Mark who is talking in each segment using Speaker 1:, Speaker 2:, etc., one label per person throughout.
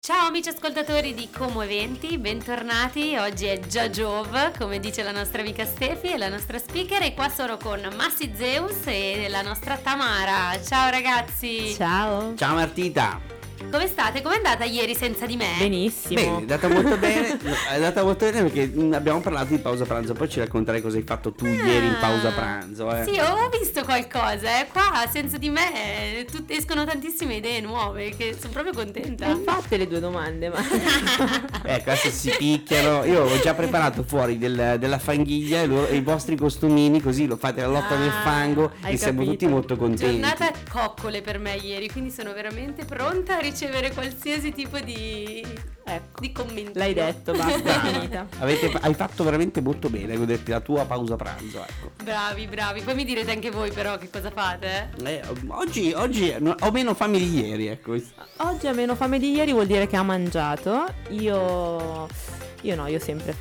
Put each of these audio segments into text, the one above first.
Speaker 1: Ciao amici ascoltatori di Como Eventi, bentornati. Oggi è già Giove, come dice la nostra amica Stefi e la nostra speaker, e qua sono con Massi Zeus e la nostra Tamara. Ciao ragazzi.
Speaker 2: Ciao.
Speaker 3: Ciao Martita.
Speaker 1: Come state? Com'è andata ieri senza di me?
Speaker 2: Benissimo.
Speaker 3: Bene, è andata molto bene. È andata molto bene perché abbiamo parlato di pausa pranzo. Poi ci racconterai cosa hai fatto tu ieri in pausa pranzo.
Speaker 1: Sì, ho visto qualcosa. Qua senza di me escono tantissime idee nuove, che sono proprio contenta.
Speaker 2: Hai fatte le due domande, ma
Speaker 3: Ecco, adesso si picchiano. Io ho già preparato fuori della fanghiglia e i vostri costumini, così lo fate alla lotta nel fango
Speaker 2: hai
Speaker 3: e siamo
Speaker 2: capito.
Speaker 3: tutti molto contenti.
Speaker 1: Giornata coccole per me ieri, quindi sono veramente pronta a ricevere qualsiasi tipo di
Speaker 2: ecco,
Speaker 1: commento.
Speaker 2: l'hai detto, basta, è finita.
Speaker 3: Hai fatto veramente molto bene, ho detto la tua pausa pranzo, ecco.
Speaker 1: Bravi, poi mi direte anche voi però che cosa fate.
Speaker 3: Oggi ho meno fame di ieri, ecco.
Speaker 2: Oggi ha meno fame di ieri, vuol dire che ha mangiato. Io no, io ho sempre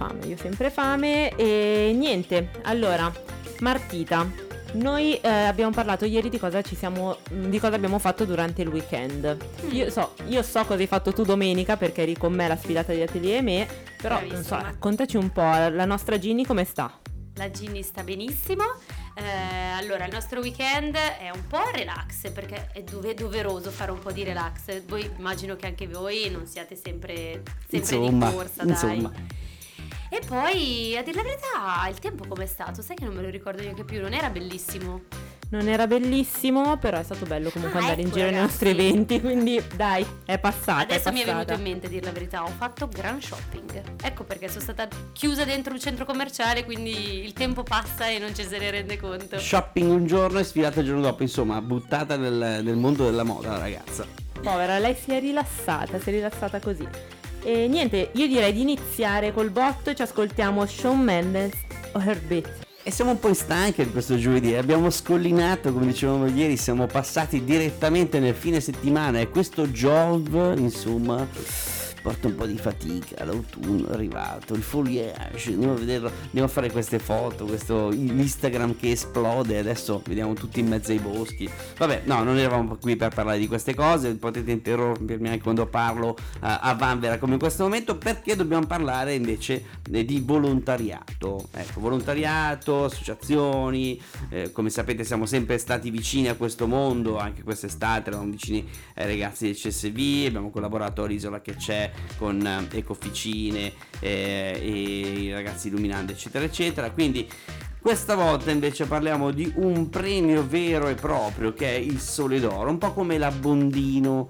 Speaker 2: fame e niente. Allora, Martita, noi abbiamo parlato ieri di cosa abbiamo fatto durante il weekend. Io so cosa hai fatto tu domenica perché eri con me alla sfilata di Atelier e me, però non so, raccontaci un po', la nostra Ginny come sta?
Speaker 1: La Ginny sta benissimo. Allora, il nostro weekend è un po' relax perché è doveroso fare un po' di relax. Voi immagino che anche voi non siate sempre di corsa,
Speaker 3: insomma.
Speaker 1: dai. E poi, a dire la verità, il tempo com'è stato? Sai che non me lo ricordo neanche più, non era bellissimo?
Speaker 2: Non era bellissimo, però è stato bello comunque andare in
Speaker 1: ecco,
Speaker 2: giro nei
Speaker 1: ragazzi.
Speaker 2: nostri eventi, quindi dai, è passata.
Speaker 1: Adesso mi è venuto in mente, a dire la verità, ho fatto gran shopping. Ecco perché sono stata chiusa dentro un centro commerciale, quindi il tempo passa e non ci se ne rende conto.
Speaker 3: Shopping un giorno e sfilata il giorno dopo, insomma, buttata nel mondo della moda la ragazza.
Speaker 2: Povera, lei si è rilassata così. E niente, io direi di iniziare col botto e ci ascoltiamo Shawn Mendes o Heartbeat.
Speaker 3: E siamo un po' stanchi di questo giovedì, abbiamo scollinato, come dicevamo ieri, siamo passati direttamente nel fine settimana e questo Jove, insomma, porta un po' di fatica. L'autunno è arrivato, il foliage, andiamo a vederlo, andiamo a fare queste foto, questo Instagram che esplode, adesso vediamo tutti in mezzo ai boschi. Vabbè, no, non eravamo qui per parlare di queste cose, potete interrompermi anche quando parlo a vanvera come in questo momento, perché dobbiamo parlare invece di volontariato. Ecco, volontariato, associazioni, come sapete siamo sempre stati vicini a questo mondo, anche quest'estate eravamo vicini ai ragazzi del CSV, abbiamo collaborato all'Isola che c'è con Ecofficine e i ragazzi Illuminando eccetera eccetera. Quindi questa volta invece parliamo di un premio vero e proprio che è il Sole d'Oro, un po' come l'Abbondino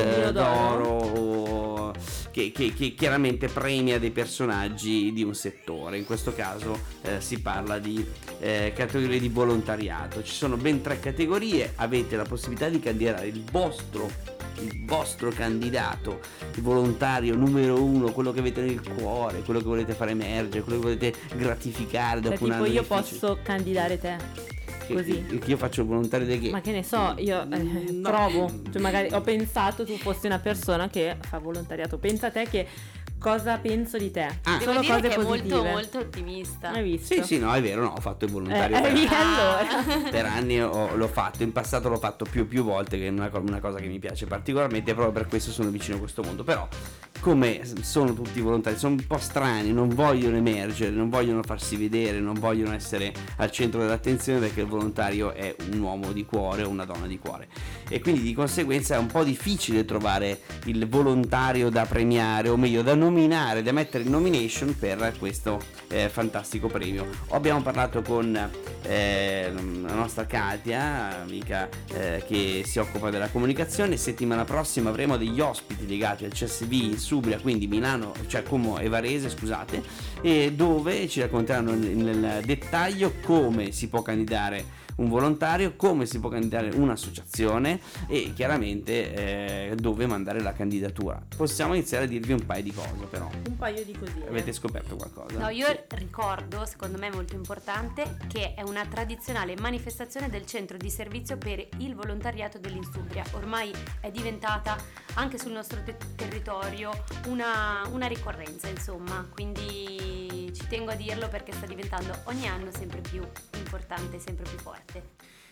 Speaker 3: d'Oro che chiaramente premia dei personaggi di un settore. In questo caso si parla di categorie di volontariato. Ci sono ben 3 categorie, avete la possibilità di candidare il vostro candidato, il volontario numero 1, quello che avete nel cuore, quello che volete fare emergere, quello che volete gratificare dopo un anno
Speaker 2: Tipo io
Speaker 3: difficile.
Speaker 2: posso candidare te così.
Speaker 3: Che io faccio il volontario di che?
Speaker 2: Ma che ne so, io provo, cioè magari ho pensato tu fossi una persona che fa volontariato, pensa te che cosa penso di te.
Speaker 1: Devo
Speaker 2: Solo
Speaker 1: dire
Speaker 2: cose
Speaker 1: che è
Speaker 2: molto
Speaker 1: molto ottimista.
Speaker 2: Hai visto?
Speaker 3: Sì, no, è vero, no, ho fatto il volontario
Speaker 2: Allora.
Speaker 3: per anni l'ho fatto, in passato l'ho fatto più volte, che è una cosa che mi piace particolarmente, proprio per questo sono vicino a questo mondo. Però come sono tutti volontari, sono un po' strani, non vogliono emergere, non vogliono farsi vedere, non vogliono essere al centro dell'attenzione, perché il volontario è un uomo di cuore o una donna di cuore, e quindi di conseguenza è un po' difficile trovare il volontario da premiare, o meglio da nominare, da mettere in nomination per questo fantastico premio. Abbiamo parlato con la nostra Katia, amica che si occupa della comunicazione. Settimana prossima avremo degli ospiti legati al CSV in Subria, quindi Milano, cioè Como e Varese, scusate, e dove ci racconteranno nel dettaglio come si può candidare un volontario, come si può candidare un'associazione e chiaramente dove mandare la candidatura. Possiamo iniziare a dirvi un paio di cose, però.
Speaker 2: Un paio di cosine.
Speaker 3: Avete scoperto qualcosa?
Speaker 1: No, io ricordo, secondo me molto importante, che è una tradizionale manifestazione del centro di servizio per il volontariato dell'Insubria. Ormai è diventata anche sul nostro territorio una ricorrenza, insomma, quindi ci tengo a dirlo perché sta diventando ogni anno sempre più importante, sempre più forte.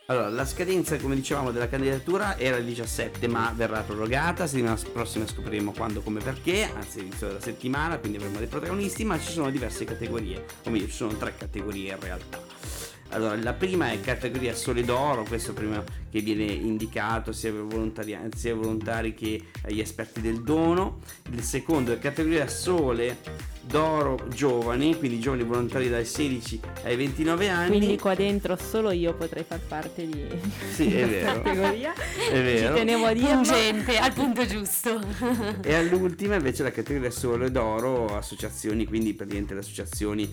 Speaker 3: Allora, la scadenza, come dicevamo, della candidatura era il 17, ma verrà prorogata. Settimana prossima scopriremo quando, come, perché, anzi all'inizio della settimana, quindi avremo dei protagonisti, ma ci sono diverse categorie, o meglio, ci sono 3 categorie in realtà. Allora, la prima è categoria Sole d'Oro, questo prima che viene indicato sia ai volontari che agli esperti del dono. Il secondo è categoria Sole d'Oro Giovani, quindi giovani volontari dai 16 ai 29 anni.
Speaker 2: Quindi qua dentro solo io potrei far parte di
Speaker 3: sì, è
Speaker 2: questa
Speaker 3: vero.
Speaker 2: categoria.
Speaker 3: È vero.
Speaker 2: Ci tenevo a dirlo.
Speaker 1: Pungente, al punto giusto.
Speaker 3: E all'ultima invece la categoria Sole d'Oro associazioni, quindi praticamente le associazioni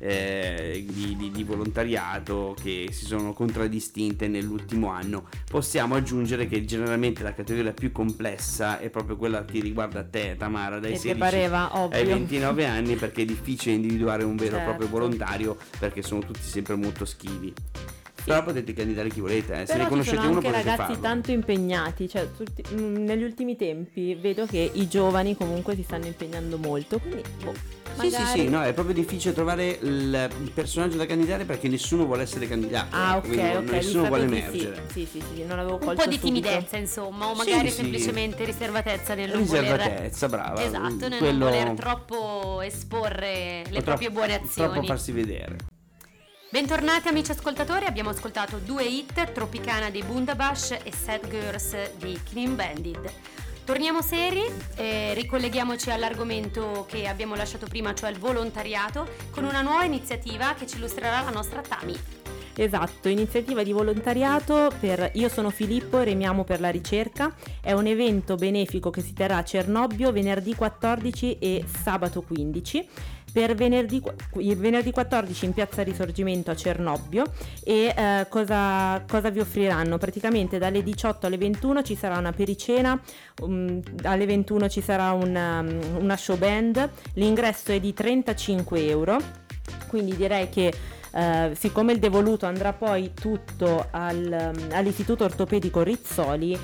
Speaker 3: di volontariato che si sono contraddistinte nell'ultimo anno. Possiamo aggiungere che generalmente la categoria più complessa è proprio quella che riguarda te, Tamara, dai
Speaker 2: Che
Speaker 3: 16
Speaker 2: pareva ovvio.
Speaker 3: ai 29 anni, perché è difficile individuare un vero e
Speaker 2: Certo.
Speaker 3: proprio volontario, perché sono tutti sempre molto schivi. Però potete candidare chi volete, se
Speaker 2: Però
Speaker 3: ne
Speaker 2: ci
Speaker 3: conoscete
Speaker 2: sono
Speaker 3: uno
Speaker 2: anche
Speaker 3: potete
Speaker 2: ragazzi
Speaker 3: farlo.
Speaker 2: tanto impegnati, cioè negli ultimi tempi vedo che i giovani comunque si stanno impegnando molto, quindi
Speaker 3: Sì, no, è proprio difficile trovare il personaggio da candidare perché nessuno vuole essere candidato.
Speaker 2: Ah,
Speaker 3: quindi
Speaker 2: ok,
Speaker 3: nessuno
Speaker 2: li
Speaker 3: vuole
Speaker 2: sapevi,
Speaker 3: emergere.
Speaker 2: Sì, non avevo
Speaker 1: Un
Speaker 2: colto
Speaker 1: po' di
Speaker 2: subito.
Speaker 1: timidezza, insomma, o magari
Speaker 3: Sì.
Speaker 1: semplicemente riservatezza nel non
Speaker 3: Riservatezza, brava.
Speaker 1: voler. Esatto, nel
Speaker 3: Quello-
Speaker 1: non voler troppo esporre le
Speaker 3: o
Speaker 1: proprie buone azioni.
Speaker 3: Troppo farsi vedere.
Speaker 1: Bentornati amici ascoltatori, abbiamo ascoltato 2 hit, Tropicana dei Bundabash e Sad Girls di Clean Bandit. Torniamo seri e ricolleghiamoci all'argomento che abbiamo lasciato prima, cioè il volontariato, con una nuova iniziativa che ci illustrerà la nostra Tami.
Speaker 2: Esatto, iniziativa di volontariato per Io sono Filippo e remiamo per la ricerca. È un evento benefico che si terrà a Cernobbio venerdì 14 e sabato 15. Per venerdì 14 in piazza Risorgimento a Cernobbio. E cosa vi offriranno? Praticamente dalle 18 alle 21 ci sarà una pericena, alle 21 ci sarà una show band, l'ingresso è di 35 euro, quindi direi che siccome il devoluto andrà poi tutto all'Istituto Ortopedico Rizzoli,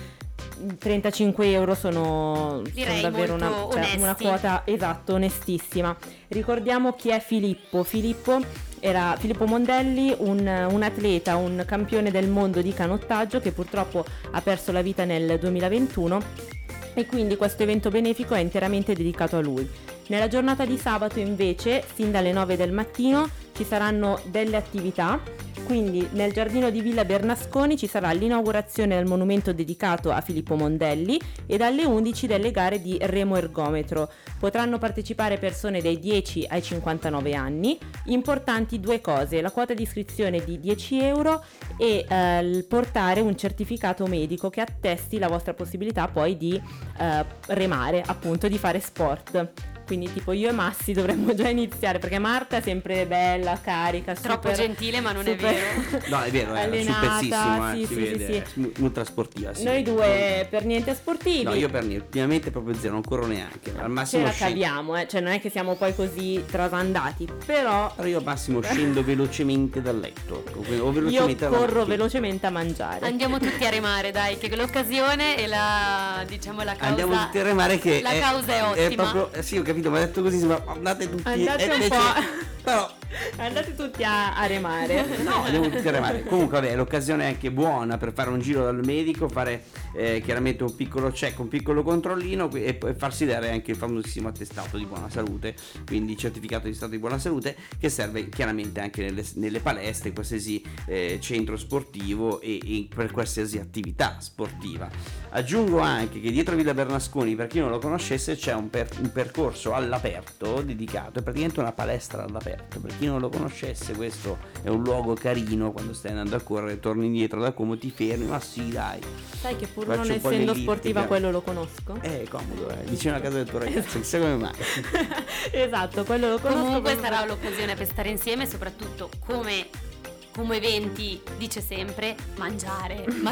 Speaker 2: 35 euro sono davvero
Speaker 1: molto
Speaker 2: una quota, esatto, onestissima. Ricordiamo chi è Filippo. Filippo Mondelli, un atleta, un campione del mondo di canottaggio che purtroppo ha perso la vita nel 2021 e quindi questo evento benefico è interamente dedicato a lui. Nella giornata di sabato invece, sin dalle 9 del mattino, ci saranno delle attività, quindi nel giardino di Villa Bernasconi ci sarà l'inaugurazione del monumento dedicato a Filippo Mondelli e dalle 11 delle gare di remo ergometro. Potranno partecipare persone dai 10 ai 59 anni. Importanti 2 cose: la quota di iscrizione di 10 euro e portare un certificato medico che attesti la vostra possibilità poi di remare, appunto di fare sport. Quindi tipo io e Massi dovremmo già iniziare, perché Marta è sempre bella, carica,
Speaker 1: Troppo
Speaker 2: super,
Speaker 1: gentile, ma non è
Speaker 2: super
Speaker 1: vero.
Speaker 3: No, è vero, è
Speaker 2: allenata,
Speaker 3: supersissimo,
Speaker 2: sì,
Speaker 3: si
Speaker 2: sì,
Speaker 3: vede,
Speaker 2: sì.
Speaker 3: ultra sportiva. Sì.
Speaker 2: Noi due per niente sportivi.
Speaker 3: No, io per niente, ultimamente proprio zero, non corro neanche. Al
Speaker 2: ce
Speaker 3: massimo
Speaker 2: la caviamo, cioè non è che siamo poi così trasandati, però
Speaker 3: io al massimo scendo velocemente dal letto. O
Speaker 2: io
Speaker 3: velocemente dalla
Speaker 2: corro
Speaker 3: macchina.
Speaker 2: velocemente a mangiare.
Speaker 1: Andiamo tutti a remare, dai, che l'occasione e la causa.
Speaker 3: Andiamo tutti a remare che
Speaker 1: la causa è ottima.
Speaker 3: proprio, sì, ho capito, ma detto così sembra andate tutti
Speaker 2: Andate un
Speaker 3: invece-
Speaker 2: po'.
Speaker 3: Però
Speaker 2: Andate tutti a remare.
Speaker 3: no, andiamo tutti a remare. Comunque vabbè, l'occasione è anche buona per fare un giro dal medico, fare chiaramente un piccolo check, un piccolo controllino e farsi dare anche il famosissimo attestato di buona salute, quindi certificato di stato di buona salute, che serve chiaramente anche nelle palestre, qualsiasi centro sportivo e per qualsiasi attività sportiva. Aggiungo anche che dietro Villa Bernasconi, per chi non lo conoscesse, c'è un percorso all'aperto dedicato, è praticamente una palestra all'aperto. Per chi non lo conoscesse, questo è un luogo carino, quando stai andando a correre, torni indietro da come ti fermi, ma sì dai.
Speaker 2: Sai che pur
Speaker 3: Faccio
Speaker 2: non
Speaker 3: un po'
Speaker 2: essendo
Speaker 3: l'ellittica.
Speaker 2: sportiva quello lo conosco.
Speaker 3: È comodo, vicino alla casa del tuo ragazzo, chissà come mai.
Speaker 2: Esatto, quello lo conosco.
Speaker 1: Comunque
Speaker 2: proprio-
Speaker 1: sarà l'occasione per stare insieme, soprattutto come eventi dice sempre mangiare.
Speaker 2: Si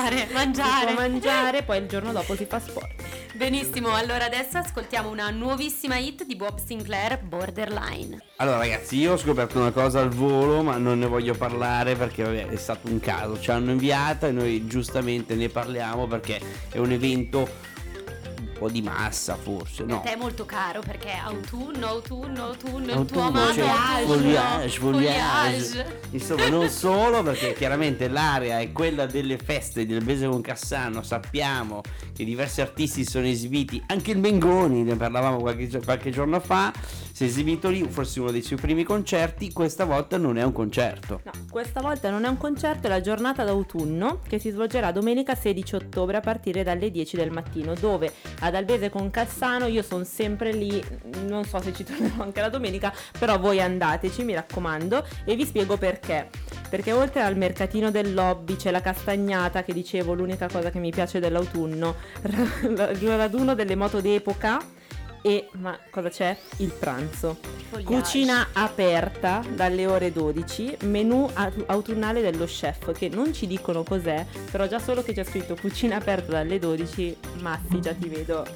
Speaker 2: può mangiare, poi il giorno dopo si fa sport.
Speaker 1: Benissimo, allora adesso ascoltiamo una nuovissima hit di Bob Sinclair, Borderline.
Speaker 3: Allora ragazzi, io ho scoperto una cosa al volo, ma non ne voglio parlare perché vabbè, è stato un caso, ci hanno inviata e noi giustamente ne parliamo perché è un evento po' di massa forse, no?
Speaker 1: Per te è molto caro perché autunno, il tuo
Speaker 3: Autunno,
Speaker 1: amato
Speaker 3: cioè,
Speaker 1: autunno,
Speaker 3: foliage. Insomma, non solo, perché chiaramente l'area è quella delle feste del Mese con Cassano. Sappiamo che diversi artisti sono esibiti, anche il Mengoni, ne parlavamo qualche giorno fa, si è esibito lì, forse uno dei suoi primi concerti. Questa volta non è un concerto.
Speaker 2: No, questa volta non è un concerto, è la giornata d'autunno che si svolgerà domenica 16 ottobre a partire dalle 10 del mattino, dove ad Albese con Cassano io sono sempre lì, non so se ci tornerò anche la domenica, però voi andateci, mi raccomando, e vi spiego perché. Perché oltre al mercatino del Lobby c'è la castagnata, che dicevo l'unica cosa che mi piace dell'autunno, il raduno delle moto d'epoca e, ma cosa c'è? Il pranzo.
Speaker 1: Foliage.
Speaker 2: Cucina aperta dalle ore 12, menù autunnale dello chef, che non ci dicono cos'è, però già solo che c'è scritto cucina aperta dalle 12, Massi, già ti vedo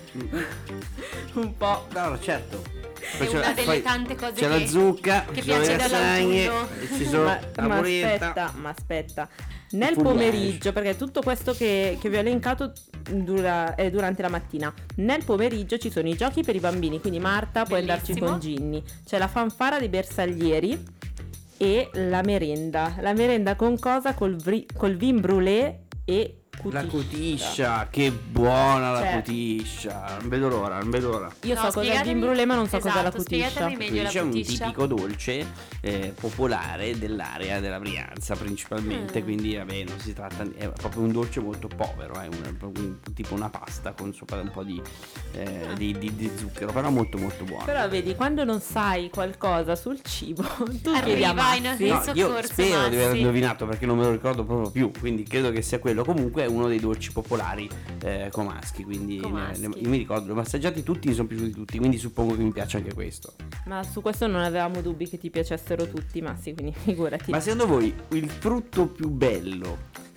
Speaker 2: un po'.
Speaker 3: No, certo.
Speaker 1: È una delle tante cose
Speaker 3: c'è la zucca,
Speaker 1: che
Speaker 3: ci sono
Speaker 1: piace
Speaker 3: le lasagne,
Speaker 1: dall'autunno.
Speaker 3: ci sono la tavoletta.
Speaker 2: Ma aspetta. Nel
Speaker 3: Foliage.
Speaker 2: pomeriggio, perché tutto questo che vi ho elencato è durante la mattina. Nel pomeriggio ci sono i giochi per i bambini, quindi Marta puoi andarci
Speaker 1: Bellissimo.
Speaker 2: con Ginny. C'è la fanfara dei bersaglieri e la merenda. La merenda con cosa? Col vin brûlé e
Speaker 3: La cutiscia, che buona la
Speaker 2: Cioè-
Speaker 3: cutiscia. Non vedo l'ora, non vedo l'ora.
Speaker 2: Io
Speaker 1: No,
Speaker 2: so cos'è il
Speaker 1: spiegatemi-
Speaker 2: vin brûlé, ma non so
Speaker 1: esatto,
Speaker 2: cos'è la cutiscia.
Speaker 1: spiegatemi meglio la
Speaker 3: C'è un
Speaker 1: cutiscia.
Speaker 3: tipico dolce popolare dell'area della Brianza principalmente, quindi vabbè, non si tratta, è proprio un dolce molto povero, è tipo una pasta con sopra un po' di zucchero, però molto molto buono.
Speaker 2: Però vedi, quando non sai qualcosa sul cibo, tu chiedi a
Speaker 1: Arriva in
Speaker 2: Massi.
Speaker 1: in
Speaker 3: No, io
Speaker 1: soccorso,
Speaker 3: spero di aver
Speaker 1: Massi.
Speaker 3: indovinato perché non me lo ricordo proprio più, quindi credo che sia quello. Comunque è uno dei dolci popolari comaschi, quindi
Speaker 1: Comaschi.
Speaker 3: io mi ricordo, li ho assaggiati tutti, mi sono piaciuti tutti, quindi suppongo che mi piaccia anche questo.
Speaker 2: Ma su questo non avevamo dubbi che ti piacessero tutti, Massi, quindi figurati.
Speaker 3: Ma secondo voi il frutto più bello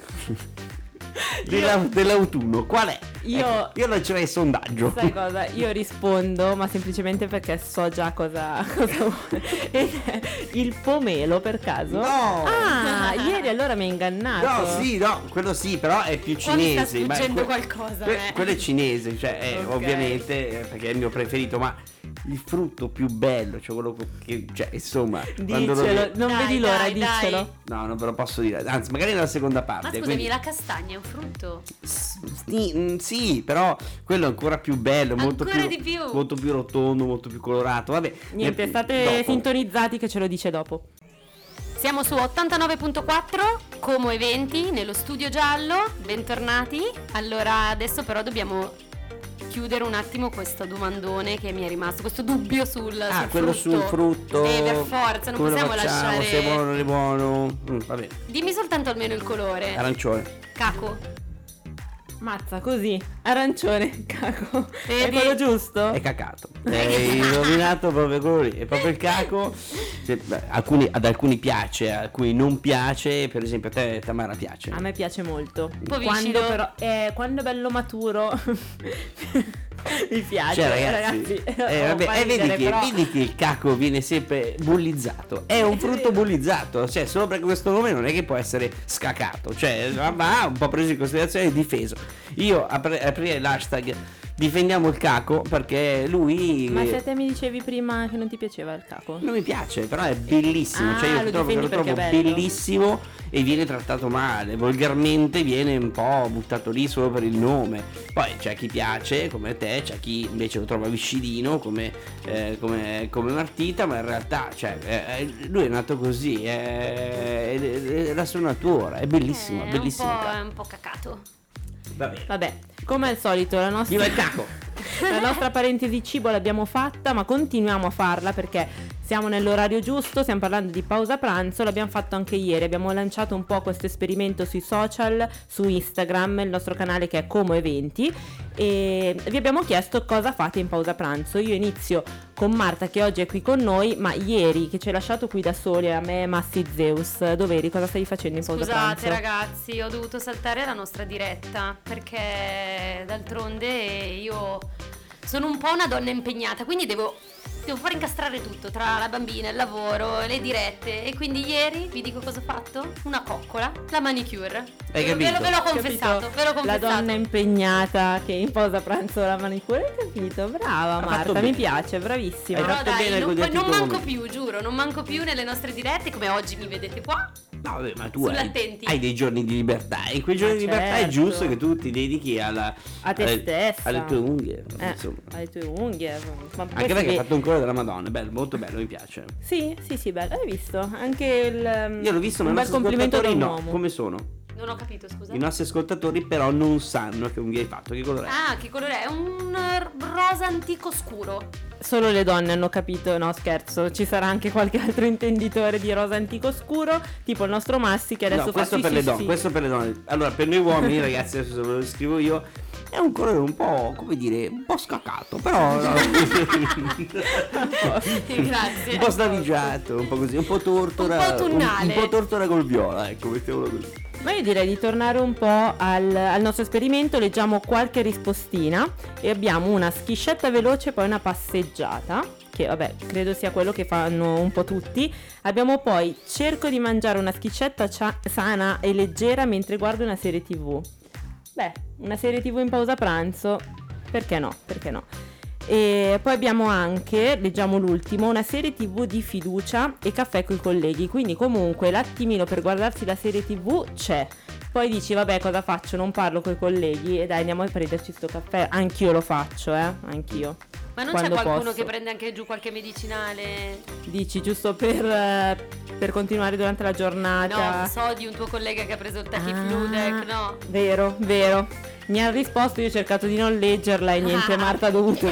Speaker 3: dell'autunno qual è?
Speaker 2: Io-
Speaker 3: Ecco, io lancerei il sondaggio.
Speaker 2: Sai cosa? Io rispondo, ma semplicemente perché so già cosa vuole. Ed è il pomelo, per caso?
Speaker 3: No!
Speaker 2: Ah, ieri allora mi hai ingannato.
Speaker 3: No, sì, no, quello sì, però è più
Speaker 1: Qua mi sta
Speaker 3: cinese. ma
Speaker 1: sfuggendo qualcosa,
Speaker 3: quello è cinese, cioè
Speaker 2: Ok.
Speaker 3: ovviamente perché è il mio preferito, ma il frutto più bello, cioè quello che, cioè insomma, quando lo
Speaker 2: Diccelo, non
Speaker 1: Dai,
Speaker 2: vedi l'ora,
Speaker 1: dai, dai.
Speaker 2: diccelo.
Speaker 3: no, non ve lo posso dire, anzi magari nella seconda parte.
Speaker 1: Ma scusami,
Speaker 3: quindi-
Speaker 1: la castagna è un frutto?
Speaker 3: Sì, però quello è ancora più bello, molto
Speaker 1: Ancora
Speaker 3: più,
Speaker 1: di più.
Speaker 3: molto più rotondo, molto più colorato. Vabbè,
Speaker 2: Niente,
Speaker 3: ne-
Speaker 2: state
Speaker 3: dopo.
Speaker 2: sintonizzati che ce lo dice dopo.
Speaker 1: Siamo su 89.4 Como Eventi nello studio giallo, bentornati. Allora adesso però dobbiamo chiudere un attimo questo domandone che mi è rimasto, questo dubbio sul
Speaker 3: quello
Speaker 1: frutto.
Speaker 3: sul frutto.
Speaker 1: Per forza, non
Speaker 3: come lo
Speaker 1: possiamo
Speaker 3: facciamo,
Speaker 1: lasciare.
Speaker 3: se è buono o non è buono. Vabbè,
Speaker 1: Dimmi soltanto almeno il colore.
Speaker 3: arancione.
Speaker 1: Caco.
Speaker 2: Mazza, così, arancione, caco. È
Speaker 1: Vedi?
Speaker 2: quello giusto?
Speaker 3: È cacato. Hai indovinato proprio quello lì. È proprio il caco. Ad alcuni piace, a alcuni non piace. Per esempio, a te, Tamara, piace.
Speaker 2: A me piace molto.
Speaker 1: po' vicino.
Speaker 2: Quando però quando è bello maturo mi piace,
Speaker 3: Cioè, ragazzi, vabbè,
Speaker 2: fa ridere,
Speaker 3: vedi,
Speaker 2: però-
Speaker 3: vedi che il caco viene sempre bullizzato. È un frutto bullizzato. Cioè, solo perché questo nome non è che può essere scacato. Cioè, va un po' preso in considerazione e difeso. Io aprirei l'hashtag difendiamo il caco perché lui.
Speaker 2: Ma se te mi dicevi prima che non ti piaceva il caco?
Speaker 3: Non mi piace, però è bellissimo.
Speaker 2: Ah,
Speaker 3: Cioè, io
Speaker 2: lo
Speaker 3: trovo,
Speaker 2: difendi
Speaker 3: lo trovo
Speaker 2: perché è bello.
Speaker 3: bellissimo e viene trattato male. Volgarmente viene un po' buttato lì solo per il nome. Poi c'è chi piace, come te, c'è chi invece lo trova viscidino, come Martita, ma in realtà, cioè, lui è nato così, è la sua natura, è bellissimo,
Speaker 1: È
Speaker 3: bellissimo.
Speaker 1: è un po' cacato.
Speaker 2: Vabbè, come al solito la nostra
Speaker 3: Viva il caco!
Speaker 2: La nostra parentesi cibo l'abbiamo fatta, ma continuiamo a farla perché siamo nell'orario giusto, stiamo parlando di pausa pranzo, l'abbiamo fatto anche ieri, abbiamo lanciato un po' questo esperimento sui social, su Instagram, il nostro canale che è Como Eventi, e vi abbiamo chiesto cosa fate in pausa pranzo. Io inizio con Marta che oggi è qui con noi, ma ieri che ci hai lasciato qui da soli, a me e Massi Zeus, dov'eri? Cosa stavi facendo in pausa
Speaker 1: Scusate
Speaker 2: pranzo?
Speaker 1: ragazzi, ho dovuto saltare la nostra diretta perché d'altronde io sono un po' una donna impegnata, quindi devo devo fare incastrare tutto tra la bambina, il lavoro, le dirette, e quindi ieri vi dico cosa ho fatto? Una coccola, la manicure.
Speaker 3: Hai capito?
Speaker 1: Ve l'ho confessato, ve l'ho confessato.
Speaker 2: La donna impegnata che in pausa pranzo la manicure, hai capito? Brava
Speaker 3: Ha
Speaker 2: Marta,
Speaker 3: fatto
Speaker 2: mi
Speaker 3: bene.
Speaker 2: piace, bravissima.
Speaker 3: Hai
Speaker 1: Però
Speaker 3: fatto
Speaker 1: dai,
Speaker 3: bene a
Speaker 1: non
Speaker 3: goderti il tuo
Speaker 1: manco
Speaker 3: momento.
Speaker 1: più, giuro, non manco più nelle nostre dirette, come oggi mi vedete qua.
Speaker 3: No, vabbè, ma tu
Speaker 1: Sull'attenti.
Speaker 3: hai dei giorni di libertà. E in quei giorni di libertà è
Speaker 2: certo.
Speaker 3: giusto che tu ti dedichi a
Speaker 2: te stessa.
Speaker 3: alle tue unghie. Insomma.
Speaker 2: Alle tue unghie. Ma poi
Speaker 3: Anche
Speaker 2: si
Speaker 3: perché hai
Speaker 2: vede-
Speaker 3: fatto un colore della Madonna, bello, molto bello, mi piace.
Speaker 2: Sì, bello, hai visto? Anche il
Speaker 3: Io l'ho visto, ma
Speaker 2: un
Speaker 3: i
Speaker 2: bel
Speaker 3: nostri
Speaker 2: complimento da
Speaker 3: ascoltatori
Speaker 2: un
Speaker 3: no.
Speaker 2: uomo.
Speaker 3: Come sono?
Speaker 1: Non ho capito, scusa.
Speaker 3: I nostri ascoltatori però non sanno che unghie hai fatto, che colore è?
Speaker 1: Ah, che colore è? Un rosa antico scuro.
Speaker 2: Solo le donne hanno capito, no scherzo, ci sarà anche qualche altro intenditore di rosa antico scuro, tipo il nostro Massi che adesso
Speaker 3: No,
Speaker 2: fa
Speaker 3: questo
Speaker 2: sì,
Speaker 3: per
Speaker 2: sì,
Speaker 3: le donne,
Speaker 2: sì.
Speaker 3: questo per le donne. Allora, per noi uomini, ragazzi, adesso ve lo scrivo io, è un colore un po', come dire, un po' scacato, però
Speaker 1: Grazie.
Speaker 3: un po' slavigiato, un po' così, un po' tortora,
Speaker 1: Un po' autunnale.
Speaker 3: un po' tortora col viola, ecco, mettiamolo così.
Speaker 2: Ma io direi di tornare un po' al nostro esperimento, leggiamo qualche rispostina e abbiamo una schiscetta veloce e poi una passeggiata, che vabbè credo sia quello che fanno un po' tutti. Abbiamo poi cerco di mangiare una schiscetta sana e leggera mentre guardo una serie TV. Beh, una serie TV in pausa pranzo, perché no? Perché no? E poi abbiamo anche, leggiamo l'ultimo, una serie TV di fiducia e caffè coi colleghi, quindi comunque l'attimino per guardarsi la serie TV c'è. Poi dici vabbè cosa faccio, non parlo coi colleghi e dai andiamo a prenderci sto caffè. Anch'io lo faccio, anch'io.
Speaker 1: Ma non
Speaker 2: Quando
Speaker 1: c'è qualcuno
Speaker 2: posso.
Speaker 1: che prende anche giù qualche medicinale?
Speaker 2: Dici giusto per continuare durante la giornata.
Speaker 1: No, so di un tuo collega che ha preso il Tachifludec, no?
Speaker 2: Vero, vero. Mi ha risposto, io ho cercato di non leggerla e niente, Marta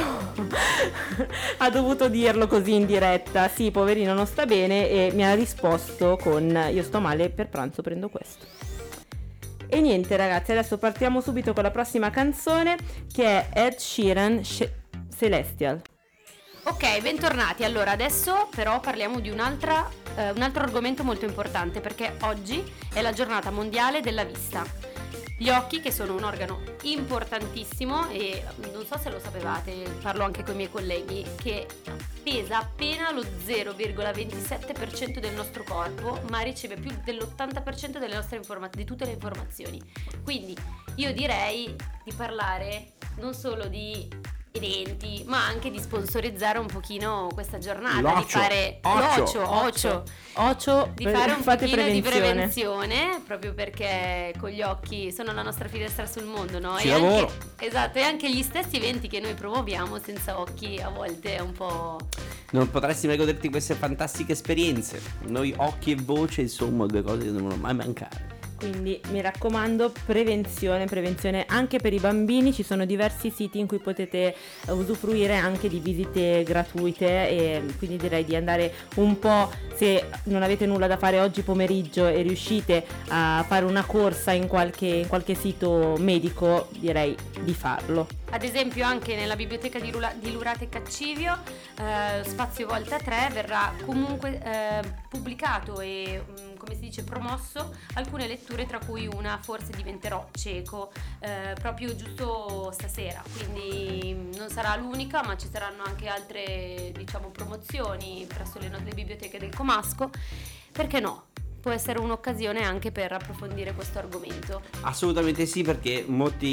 Speaker 2: ha dovuto dirlo così in diretta. Sì, poverino non sta bene e mi ha risposto con io sto male, per pranzo prendo questo. E niente ragazzi, adesso partiamo subito con la prossima canzone che è Ed Sheeran Celestial.
Speaker 1: Ok, bentornati. Allora, adesso però parliamo di un altro argomento molto importante, perché oggi è la giornata mondiale della vista. Gli occhi, che sono un organo importantissimo e non so se lo sapevate, parlo anche con i miei colleghi, che pesa appena lo 0,27% del nostro corpo, ma riceve più dell'80% delle nostre di tutte le informazioni. Quindi io direi di parlare non solo di eventi, ma anche di sponsorizzare un pochino questa giornata, di fare
Speaker 2: Ocio,
Speaker 1: di fare un
Speaker 2: fate
Speaker 1: pochino di
Speaker 2: prevenzione.
Speaker 1: prevenzione, proprio perché con gli occhi sono la nostra finestra sul mondo, no?
Speaker 3: Ci
Speaker 1: E
Speaker 3: lavoro.
Speaker 1: anche, esatto, e anche gli stessi eventi che noi promuoviamo senza occhi a volte è un po'...
Speaker 3: Non potresti mai goderti queste fantastiche esperienze. Noi occhi e voce, insomma, due cose che non devono mai mancare.
Speaker 2: Quindi mi raccomando, prevenzione anche per i bambini. Ci sono diversi siti in cui potete usufruire anche di visite gratuite e quindi direi di andare un po', se non avete nulla da fare oggi pomeriggio e riuscite a fare una corsa in qualche sito medico, direi di farlo.
Speaker 1: Ad esempio anche nella biblioteca di Lurate Caccivio, Spazio Volta 3, verrà comunque pubblicato e come si dice promosso alcune letture, tra cui una forse diventerò cieco, proprio giusto stasera, quindi non sarà l'unica, ma ci saranno anche altre promozioni presso le biblioteche del Comasco, perché no? Può essere un'occasione anche per approfondire questo argomento.
Speaker 3: Assolutamente sì, perché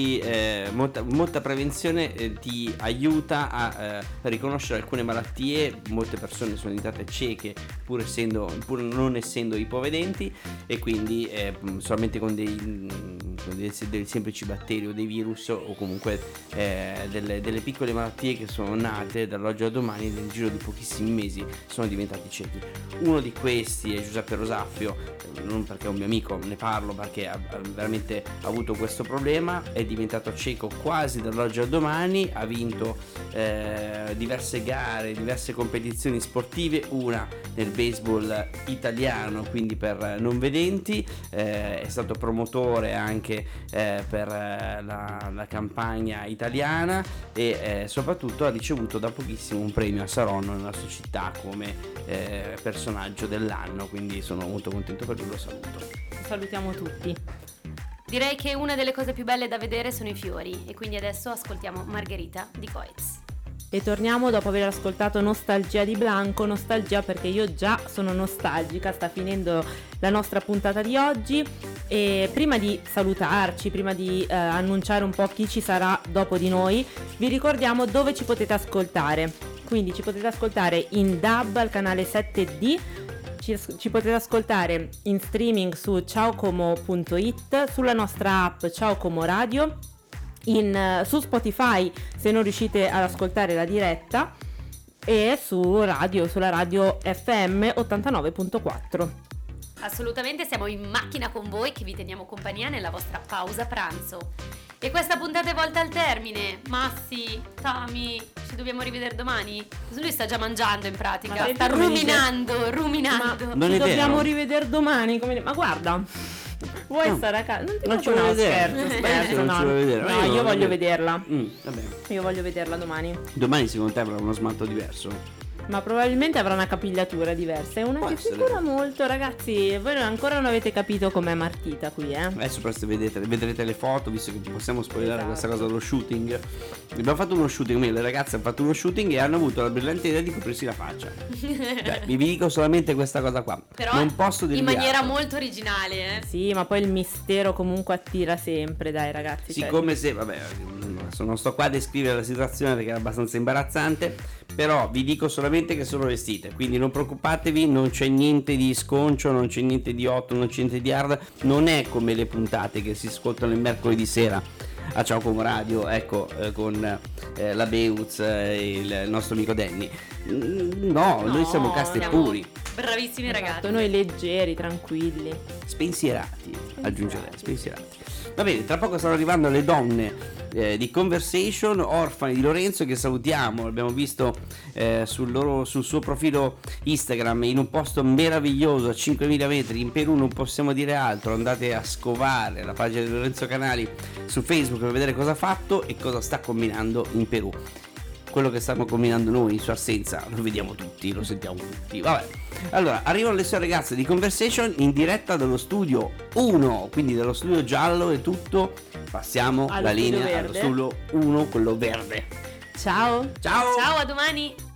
Speaker 3: molta prevenzione ti aiuta a riconoscere alcune malattie. Molte persone sono diventate cieche pur non essendo ipovedenti, e quindi solamente con dei semplici batteri o dei virus o comunque delle piccole malattie che sono nate dall'oggi al domani, nel giro di pochissimi mesi sono diventati ciechi. Uno di questi è Giuseppe Rosaffio, non perché è un mio amico, ne parlo perché ha veramente avuto questo problema, è diventato cieco quasi dall'oggi al domani, ha vinto diverse gare, diverse competizioni sportive, una nel baseball italiano, quindi per non vedenti, è stato promotore anche per la campagna italiana e soprattutto ha ricevuto da pochissimo un premio a Saronno nella sua città come personaggio dell'anno, quindi sono molto contento per lui, lo saluto.
Speaker 2: Salutiamo tutti.
Speaker 1: Direi che una delle cose più belle da vedere sono i fiori, e quindi adesso ascoltiamo Margherita di Coez.
Speaker 2: e torniamo dopo aver ascoltato Nostalgia di Blanco. Nostalgia perché io già sono nostalgica, sta finendo la nostra puntata di oggi e prima di salutarci, prima di annunciare un po' chi ci sarà dopo di noi, vi ricordiamo dove ci potete ascoltare. Quindi ci potete ascoltare in DAB al canale 7D, ci potete ascoltare in streaming su ciaocomo.it, sulla nostra app Ciao Como Radio, su Spotify se non riuscite ad ascoltare la diretta, e sulla radio FM 89.4.
Speaker 1: Assolutamente, siamo in macchina con voi che vi teniamo compagnia nella vostra pausa pranzo. E questa puntata è volta al termine. Massi, Tami, ci dobbiamo rivedere domani? Lui sta già mangiando in pratica, sta ruminando.
Speaker 2: Ma
Speaker 3: Non
Speaker 2: ci
Speaker 3: è
Speaker 2: dobbiamo
Speaker 3: vero.
Speaker 2: rivedere domani, ma guarda, vuoi stare a casa? Non ti
Speaker 3: Non
Speaker 2: faccio
Speaker 3: ci vuoi
Speaker 2: no,
Speaker 3: vedere?
Speaker 2: scherzo,
Speaker 3: Non
Speaker 2: no.
Speaker 3: ci vuoi vedere?
Speaker 2: No,
Speaker 3: Io
Speaker 2: io
Speaker 3: non
Speaker 2: voglio
Speaker 3: vedo.
Speaker 2: vederla.
Speaker 3: Vabbè.
Speaker 2: Io voglio vederla domani.
Speaker 3: Domani secondo te avrà uno smalto diverso?
Speaker 2: Ma probabilmente avrà una capigliatura diversa. È una
Speaker 3: Può
Speaker 2: che
Speaker 3: essere.
Speaker 2: figura molto, ragazzi. Voi ancora non avete capito com'è Martita qui, eh?
Speaker 3: Adesso presto vedrete le foto, visto che possiamo spoilerare
Speaker 2: Esatto.
Speaker 3: questa cosa dello shooting. Abbiamo fatto uno shooting, le ragazze hanno fatto uno shooting e hanno avuto la brillante idea di coprirsi la faccia. Cioè, vi dico solamente questa cosa qua.
Speaker 1: Però
Speaker 3: non posso dirvi
Speaker 1: in maniera
Speaker 3: altro.
Speaker 1: molto originale, eh.
Speaker 2: Sì, ma poi il mistero comunque attira sempre, dai ragazzi. cioè-
Speaker 3: Siccome se, vabbè, adesso non sto qua a descrivere la situazione perché è abbastanza imbarazzante, però vi dico solamente che sono vestite, quindi non preoccupatevi, non c'è niente di sconcio, non c'è niente di hot, non c'è niente di hard, non è come le puntate che si ascoltano il mercoledì sera a Ciao Como Radio, ecco, con la Beuz e il nostro amico Danny. No, noi siamo casti e
Speaker 1: siamo
Speaker 3: puri,
Speaker 1: bravissimi
Speaker 2: Esatto,
Speaker 1: ragazzi.
Speaker 2: noi leggeri, tranquilli.
Speaker 3: spensierati, aggiungerei, spensierati. Va bene, tra poco stanno arrivando le donne di Conversation, orfani di Lorenzo, che salutiamo. L'abbiamo visto sul suo profilo Instagram in un posto meraviglioso a 5.000 metri in Perù, non possiamo dire altro. Andate a scovare la pagina di Lorenzo Canali su Facebook per vedere cosa ha fatto e cosa sta combinando in Perù. Quello che stiamo combinando noi in sua assenza lo vediamo tutti, lo sentiamo tutti. Vabbè, allora arrivano le sue ragazze di Conversation in diretta dallo studio 1, quindi dallo studio giallo e tutto. Passiamo
Speaker 2: Allo
Speaker 3: la
Speaker 2: studio
Speaker 3: linea allo
Speaker 2: verde.
Speaker 3: studio 1, quello verde.
Speaker 2: Ciao!
Speaker 3: Ciao!
Speaker 1: Ciao, a domani.